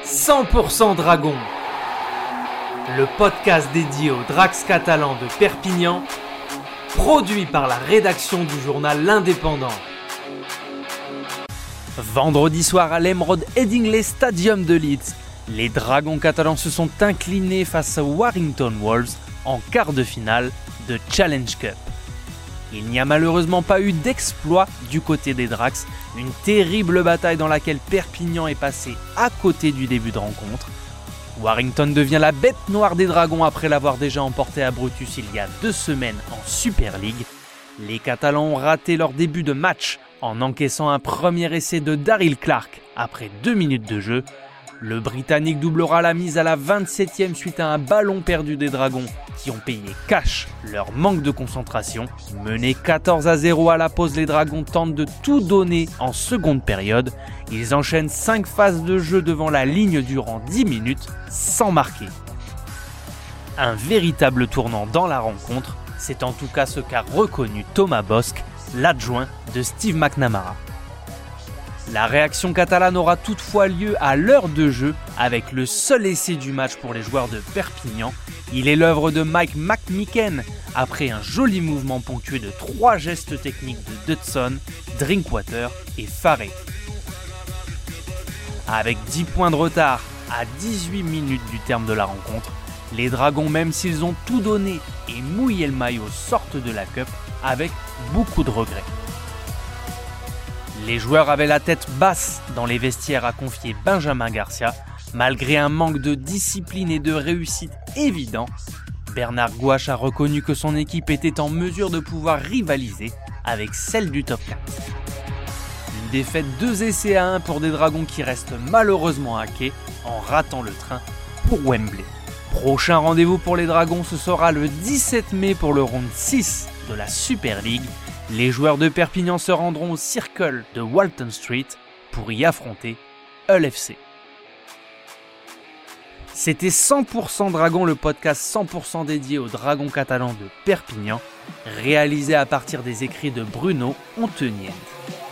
100% Dragon, le podcast dédié aux Dracs catalans de Perpignan, produit par la rédaction du journal L'Indépendant. Vendredi soir à l'Emerald Headingley Stadium de Leeds, les Dragons catalans se sont inclinés face aux Warrington Wolves en quart de finale de Challenge Cup. Il n'y a malheureusement pas eu d'exploit du côté des Dracs, une terrible bataille dans laquelle Perpignan est passé à côté du début de rencontre. Warrington devient la bête noire des Dragons après l'avoir déjà emporté à Brutus il y a 2 semaines en Super League. Les Catalans ont raté leur début de match en encaissant un premier essai de Daryl Clark après 2 minutes de jeu. Le Britannique doublera la mise à la 27e suite à un ballon perdu des Dragons qui ont payé cash leur manque de concentration. Menés 14-0 à la pause, les Dragons tentent de tout donner en seconde période. Ils enchaînent 5 phases de jeu devant la ligne durant 10 minutes sans marquer. Un véritable tournant dans la rencontre, c'est en tout cas ce qu'a reconnu Thomas Bosc, l'adjoint de Steve McNamara. La réaction catalane aura toutefois lieu à l'heure de jeu avec le seul essai du match pour les joueurs de Perpignan. Il est l'œuvre de Mike McMicken après un joli mouvement ponctué de 3 gestes techniques de Dudson, Drinkwater et Farré. Avec 10 points de retard à 18 minutes du terme de la rencontre, les Dragons, même s'ils ont tout donné et mouillé le maillot, sortent de la Cup avec beaucoup de regrets. Les joueurs avaient la tête basse dans les vestiaires, a confié Benjamin Garcia. Malgré un manque de discipline et de réussite évident, Bernard Gouache a reconnu que son équipe était en mesure de pouvoir rivaliser avec celle du top 4. Une défaite 2-1 pour des Dragons qui restent malheureusement à quai en ratant le train pour Wembley. Prochain rendez-vous pour les Dragons, ce sera le 17 mai pour le round 6 de la Super League. Les joueurs de Perpignan se rendront au Circle de Walton Street pour y affronter Hull FC. C'était 100% Dragon, le podcast 100% dédié aux Dragons catalans de Perpignan, réalisé à partir des écrits de Bruno Onteniente.